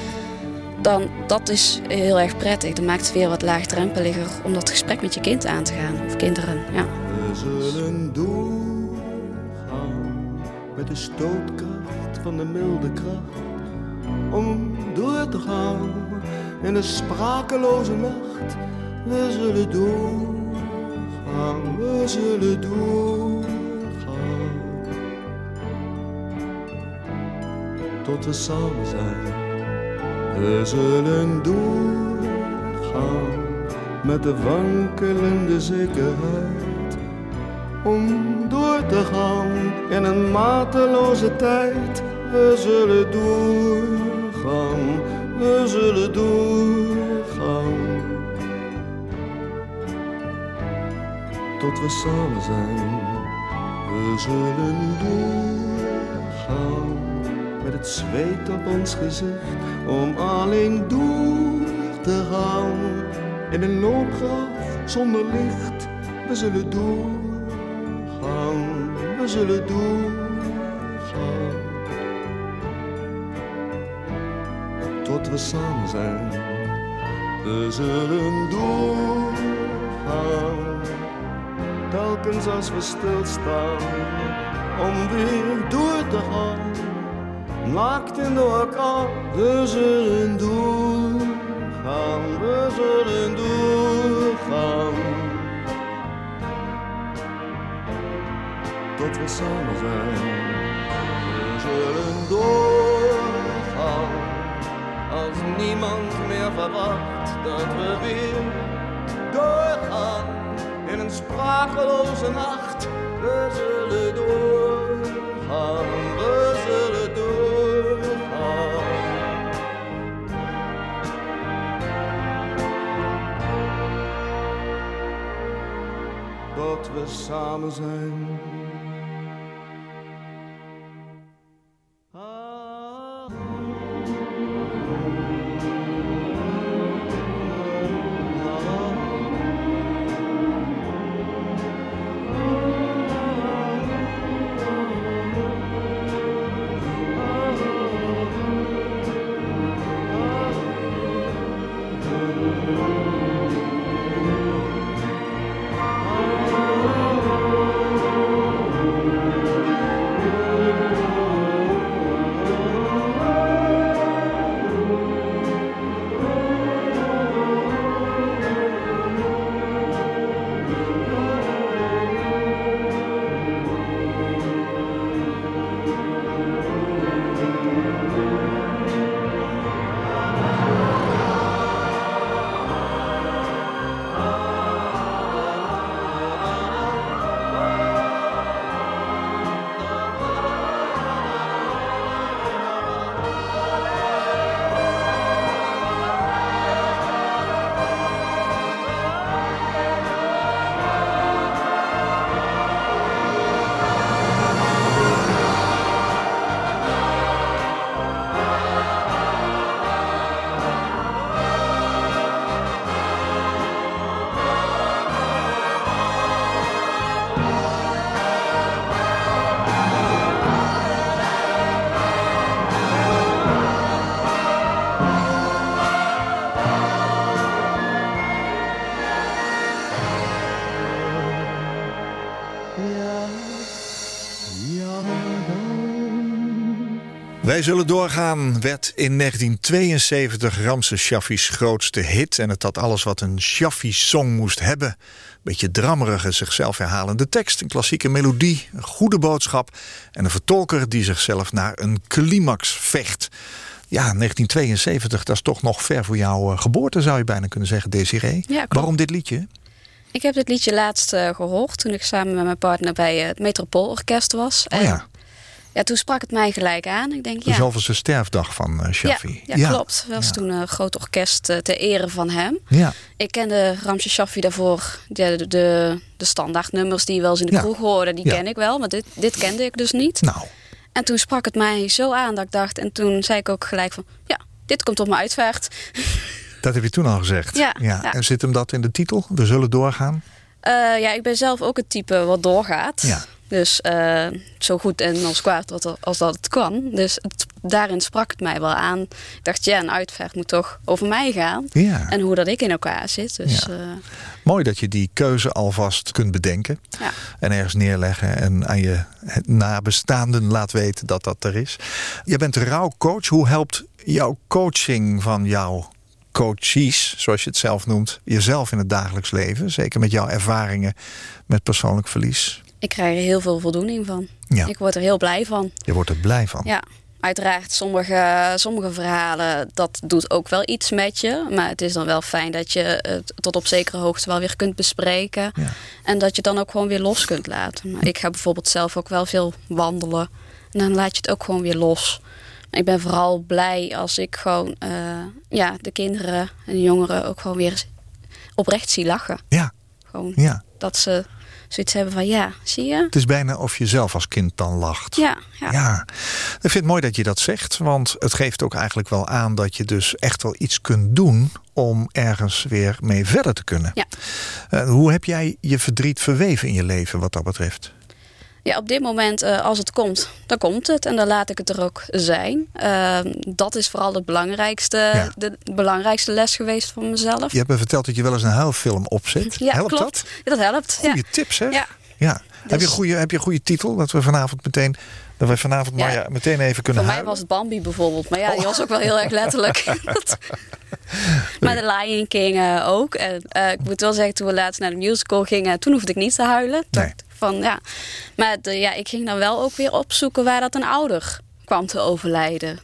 Dat is heel erg prettig. Dat maakt het weer wat laagdrempeliger om dat gesprek met je kind aan te gaan. Of kinderen, ja. We zullen doorgaan met de stootkracht van de milde kracht. Om door te gaan in de sprakeloze nacht. We zullen doorgaan, we zullen doorgaan. Tot we samen zijn. We zullen doorgaan met de wankelende zekerheid. Om door te gaan in een mateloze tijd. We zullen doorgaan, we zullen doorgaan. Tot we samen zijn. We zullen doorgaan met het zweet op ons gezicht. Om alleen door te gaan in een loopgraaf zonder licht. We zullen doorgaan, we zullen doorgaan. Tot we samen zijn. We zullen doorgaan, telkens als we stilstaan. Om weer door te gaan, naakt in de orkaan. We zullen doorgaan, we zullen doorgaan. Tot we samen zijn. We zullen doorgaan, als niemand meer verwacht. Dat we weer doorgaan in een sprakeloze nacht. We zullen doorgaan, we zullen doorgaan. Tot we samen zijn. Wij zullen doorgaan werd in 1972 Ramses Shaffi's grootste hit. En het had alles wat een Shaffi-song moest hebben. Beetje drammerige, zichzelf herhalende tekst, een klassieke melodie, een goede boodschap en een vertolker die zichzelf naar een climax vecht. Ja, 1972, dat is toch nog ver voor jouw geboorte, zou je bijna kunnen zeggen, Desiree. Ja, klopt. Waarom dit liedje? Ik heb dit liedje laatst gehoord toen ik samen met mijn partner bij het Metropoolorkest was. Oh ja, Ja, toen sprak het mij gelijk aan. Ik denk, de zoveelste sterfdag van Shaffi. Ja, klopt. Dat was toen een groot orkest ter ere van hem. Ja. Ik kende Ramses Shaffi daarvoor. De standaardnummers die je wel eens in de kroeg hoorde, die ken ik wel. Maar dit kende ik dus niet. Nou, En toen sprak het mij zo aan dat ik dacht... En toen zei ik ook gelijk van... Ja, dit komt op mijn uitvaart. dat heb je toen al gezegd. Ja. En zit hem dat in de titel? We zullen doorgaan. Ja, ik ben zelf ook het type wat doorgaat. Ja. Dus zo goed en als kwaad als dat het kan. Dus daarin sprak het mij wel aan. Ik dacht, ja, een uitvaart moet toch over mij gaan. Ja. En hoe dat ik in elkaar zit. Dus, Mooi dat je die keuze alvast kunt bedenken. Ja. En ergens neerleggen en aan je nabestaanden laat weten dat dat er is. Je bent rouwcoach. Hoe helpt jouw coaching van jouw coaches, zoals je het zelf noemt, jezelf in het dagelijks leven? Zeker met jouw ervaringen met persoonlijk verlies. ik krijg er heel veel voldoening van. Ja. Ik word er heel blij van. Je wordt er blij van. Ja, uiteraard sommige verhalen, dat doet ook wel iets met je. Maar het is dan wel fijn dat je het tot op zekere hoogte wel weer kunt bespreken. Ja. En dat je het dan ook gewoon weer los kunt laten. Maar ik ga bijvoorbeeld zelf ook wel veel wandelen. En dan laat je het ook gewoon weer los. Ik ben vooral blij als ik gewoon de kinderen en de jongeren ook gewoon weer oprecht zie lachen. Ja. Gewoon Ja. dat ze zoiets hebben van ja, zie je? Het is bijna of je zelf als kind dan lacht. Ja. Ja, ik vind het mooi dat je dat zegt. Want het geeft ook eigenlijk wel aan dat je dus echt wel iets kunt doen om ergens weer mee verder te kunnen. Ja. Hoe heb jij je verdriet verweven in je leven wat dat betreft? Ja, op dit moment, als het komt, dan komt het. En dan laat ik het er ook zijn. Dat is vooral het belangrijkste, Ja. de belangrijkste les geweest voor mezelf. Je hebt me verteld dat je wel eens een huilfilm opzet. Ja, Helpt klopt. dat? Ja, dat helpt. Goeie Ja. tips, hè? Ja. Ja. Dus- Heb je een goede titel? Dat we vanavond Marja meteen even kunnen Voor mij huilen? was het Bambi bijvoorbeeld. Maar ja, die was ook wel heel erg letterlijk. Maar de Lion King ook. En ik moet wel zeggen, toen we laatst naar de musical gingen, toen hoefde ik niet te huilen. Nee. Maar ik ging dan wel ook weer opzoeken waar dat een ouder kwam te overlijden.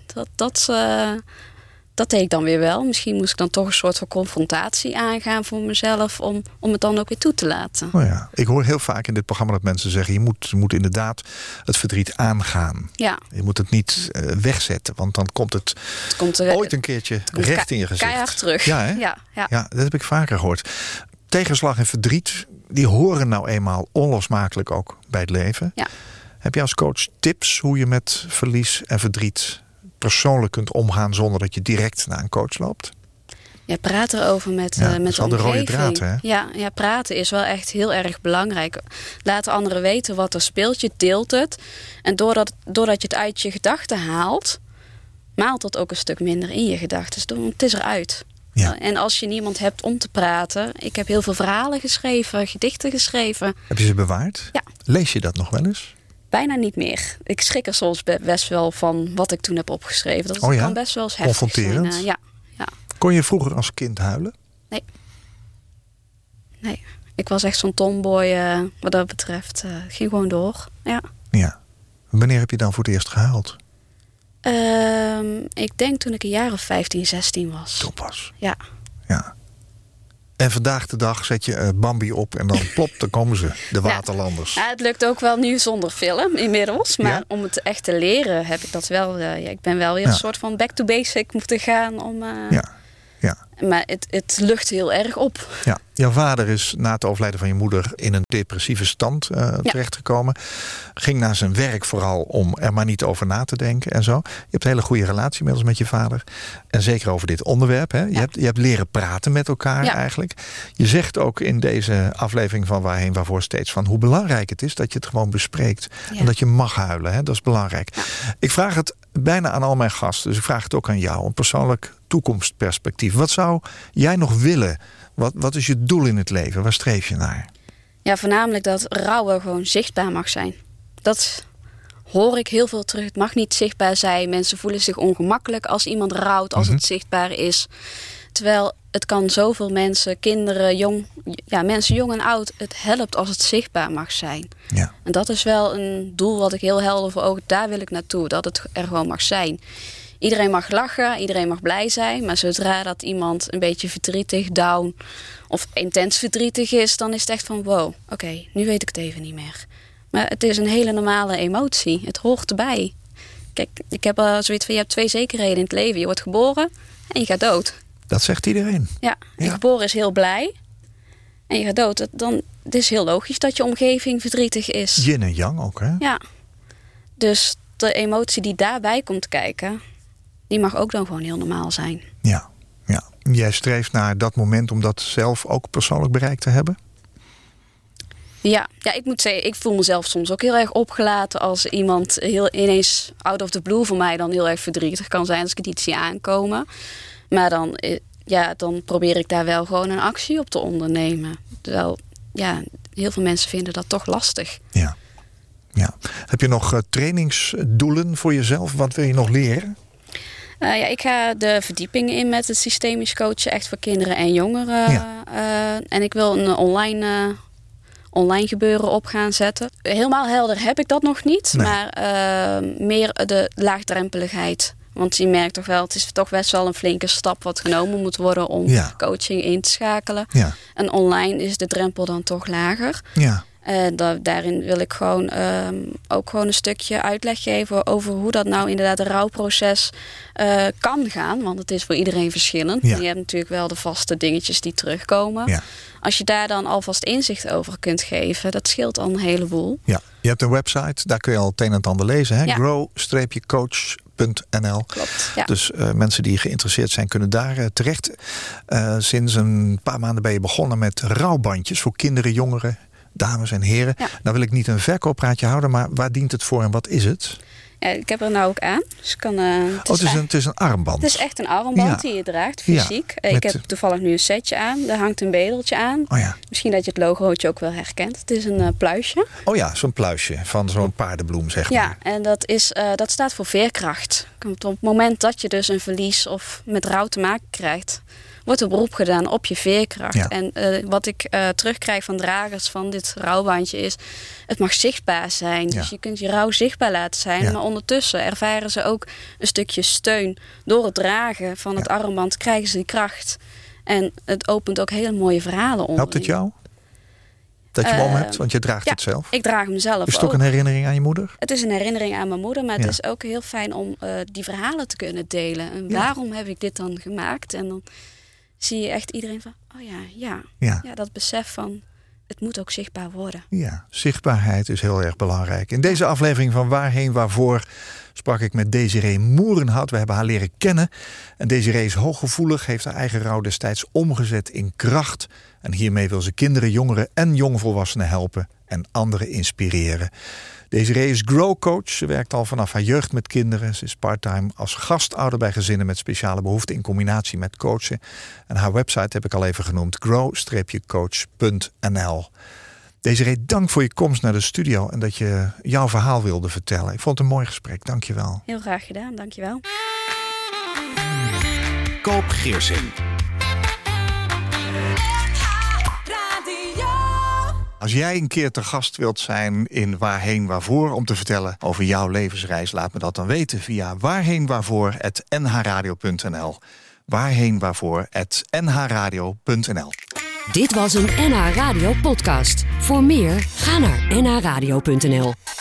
Dat deed ik dan weer wel. Misschien moest ik dan toch een soort van confrontatie aangaan voor mezelf om het dan ook weer toe te laten. Oh ja. Ik hoor heel vaak in dit programma dat mensen zeggen, je moet inderdaad het verdriet aangaan. Ja. Je moet het niet wegzetten, want dan komt het Komt er ooit een keertje komt recht in je gezicht. keihard terug. Ja, hè? Ja. Ja, dat heb ik vaker gehoord. Tegenslag en verdriet, die horen nou eenmaal onlosmakelijk ook bij het leven. Ja. Heb je als coach tips hoe je met verlies en verdriet persoonlijk kunt omgaan zonder dat je direct naar een coach loopt? Ja, praat erover met Ja, dat de is wel de rode omgeving. draad, hè? Ja, praten is wel echt heel erg belangrijk. Laat anderen weten wat er speelt. Je deelt het. En doordat je het uit je gedachten haalt, maalt dat ook een stuk minder in je gedachten. Het is eruit. Ja. En als je niemand hebt om te praten. Ik heb heel veel verhalen geschreven, gedichten geschreven. Heb je ze bewaard? Ja. Lees je dat nog wel eens? Bijna niet meer. Ik schrik er soms best wel van wat ik toen heb opgeschreven. Dat Oh ja? kan best wel eens heftig Confronterend? zijn. Ja. Kon je vroeger als kind huilen? Nee. Ik was echt zo'n tomboy wat dat betreft. Ging gewoon door. Ja. Ja. Wanneer heb je dan voor het eerst gehuild? Ik denk toen ik een jaar of 15, 16 was. Toen pas. Ja. Ja. En vandaag de dag zet je Bambi op en dan plop, dan komen ze, de Waterlanders. Ja, het lukt ook wel nu zonder film inmiddels. Maar Ja? om het echt te leren heb ik dat wel. Ik ben wel weer een soort van back to basic moeten gaan. Ja. Maar het lucht heel erg op. Ja, jouw vader is na het overlijden van je moeder in een depressieve stand terechtgekomen. Ging naar zijn werk vooral om er maar niet over na te denken en zo. Je hebt een hele goede relatie inmiddels met je vader. En zeker over dit onderwerp. Hè? Je hebt leren praten met elkaar eigenlijk. Je zegt ook in deze aflevering van Waarheen Waarvoor steeds van hoe belangrijk het is dat je het gewoon bespreekt. Ja. En dat je mag huilen. Hè? Dat is belangrijk. Ja. Ik vraag het bijna aan al mijn gasten. Dus ik vraag het ook aan jou. Een persoonlijk toekomstperspectief. Wat zou jij nog willen? Wat is je doel in het leven? Waar streef je naar? Ja, voornamelijk dat rouwen gewoon zichtbaar mag zijn. Dat is hoor ik heel veel terug. Het mag niet zichtbaar zijn. Mensen voelen zich ongemakkelijk als iemand rouwt, als het zichtbaar is. Terwijl het kan zoveel mensen, kinderen, mensen jong en oud, het helpt als het zichtbaar mag zijn. Ja. En dat is wel een doel wat ik heel helder voor ogen, daar wil ik naartoe, dat het er gewoon mag zijn. Iedereen mag lachen, iedereen mag blij zijn, maar zodra dat iemand een beetje verdrietig, down of intens verdrietig is, dan is het echt van wow, oké, nu weet ik het even niet meer. Maar het is een hele normale emotie, het hoort erbij. Kijk, ik heb zoiets van, je hebt 2 zekerheden in het leven. Je wordt geboren en je gaat dood. Dat zegt iedereen. Ja, en Ja. geboren is heel blij en je gaat dood. Het is heel logisch dat je omgeving verdrietig is. Yin en yang ook, hè? Ja, dus de emotie die daarbij komt kijken, die mag ook dan gewoon heel normaal zijn. Ja. Jij streeft naar dat moment om dat zelf ook persoonlijk bereikt te hebben? Ja, ik moet zeggen, ik voel mezelf soms ook heel erg opgelaten als iemand heel ineens out of the blue voor mij dan heel erg verdrietig kan zijn als ik het iets zie aankomen. Maar dan probeer ik daar wel gewoon een actie op te ondernemen. Terwijl, heel veel mensen vinden dat toch lastig. Ja. Heb je nog trainingsdoelen voor jezelf? Wat wil je nog leren? Ik ga de verdieping in met het systemisch coachen, echt voor kinderen en jongeren. Ja. En ik wil een online gebeuren op gaan zetten. Helemaal helder heb ik dat nog niet, Nee. maar meer de laagdrempeligheid. Want je merkt toch wel, het is toch best wel een flinke stap wat genomen moet worden om coaching in te schakelen. Ja. En online is de drempel dan toch lager. Ja. Daarin wil ik ook gewoon een stukje uitleg geven over hoe dat nou inderdaad een rouwproces kan gaan. Want het is voor iedereen verschillend. Ja. Je hebt natuurlijk wel de vaste dingetjes die terugkomen. Ja. Als je daar dan alvast inzicht over kunt geven, dat scheelt al een heleboel. Ja. Je hebt een website, daar kun je al het een en het ander lezen. Hè? Ja. grow-coach.nl. Klopt, ja. Dus mensen die geïnteresseerd zijn kunnen daar terecht. Sinds een paar maanden ben je begonnen met rouwbandjes voor kinderen, jongeren, dames en heren. Ja. Nou wil ik niet een verkooppraatje houden, maar waar dient het voor en wat is het? Ja, ik heb er nou ook aan. Dus ik kan, Het is een armband. Het is echt een armband Ja. die je draagt, fysiek. Ja, Ik met- heb toevallig nu een setje aan. Daar hangt een bedeltje aan. Oh ja. Misschien dat je het logootje ook wel herkent. Het is een pluisje. Oh ja, zo'n pluisje van zo'n paardenbloem, zeg maar. Ja, en dat staat voor veerkracht. Op het moment dat je dus een verlies of met rouw te maken krijgt, wordt er beroep gedaan op je veerkracht. Ja. En wat ik terugkrijg van dragers van dit rouwbandje is, het mag zichtbaar zijn. Ja. Dus je kunt je rouw zichtbaar laten zijn. Ja. Maar ondertussen ervaren ze ook een stukje steun. Door het dragen van het armband krijgen ze die kracht. En het opent ook hele mooie verhalen onder. Helpt het jou? Dat je hem om hebt? Want je draagt Ja, het zelf. ik draag hem zelf Is het ook een herinnering aan je moeder? Het is een herinnering aan mijn moeder, maar Ja. het is ook heel fijn om die verhalen te kunnen delen. En Ja. waarom heb ik dit dan gemaakt? En dan zie je echt iedereen van, oh Ja. ja, dat besef van, het moet ook zichtbaar worden. Ja, zichtbaarheid is heel erg belangrijk. In deze aflevering van Waarheen Waarvoor sprak ik met Desiree Moerenhout. We hebben haar leren kennen. En Desiree is hooggevoelig, heeft haar eigen rouw destijds omgezet in kracht. En hiermee wil ze kinderen, jongeren en jongvolwassenen helpen en anderen inspireren. Desiree is Grow-coach. Ze werkt al vanaf haar jeugd met kinderen. Ze is parttime als gastouder bij gezinnen met speciale behoeften in combinatie met coachen. En haar website heb ik al even genoemd, grow-coach.nl. Desiree, dank voor je komst naar de studio en dat je jouw verhaal wilde vertellen. Ik vond het een mooi gesprek. Dank je wel. Heel graag gedaan, dankjewel. Koop Geersing. Als jij een keer te gast wilt zijn in Waarheen Waarvoor om te vertellen over jouw levensreis, laat me dat dan weten via waarheenwaarvoor@nhradio.nl. Waarheenwaarvoor@nhradio.nl. Dit was een NH Radio podcast. Voor meer, ga naar nhradio.nl.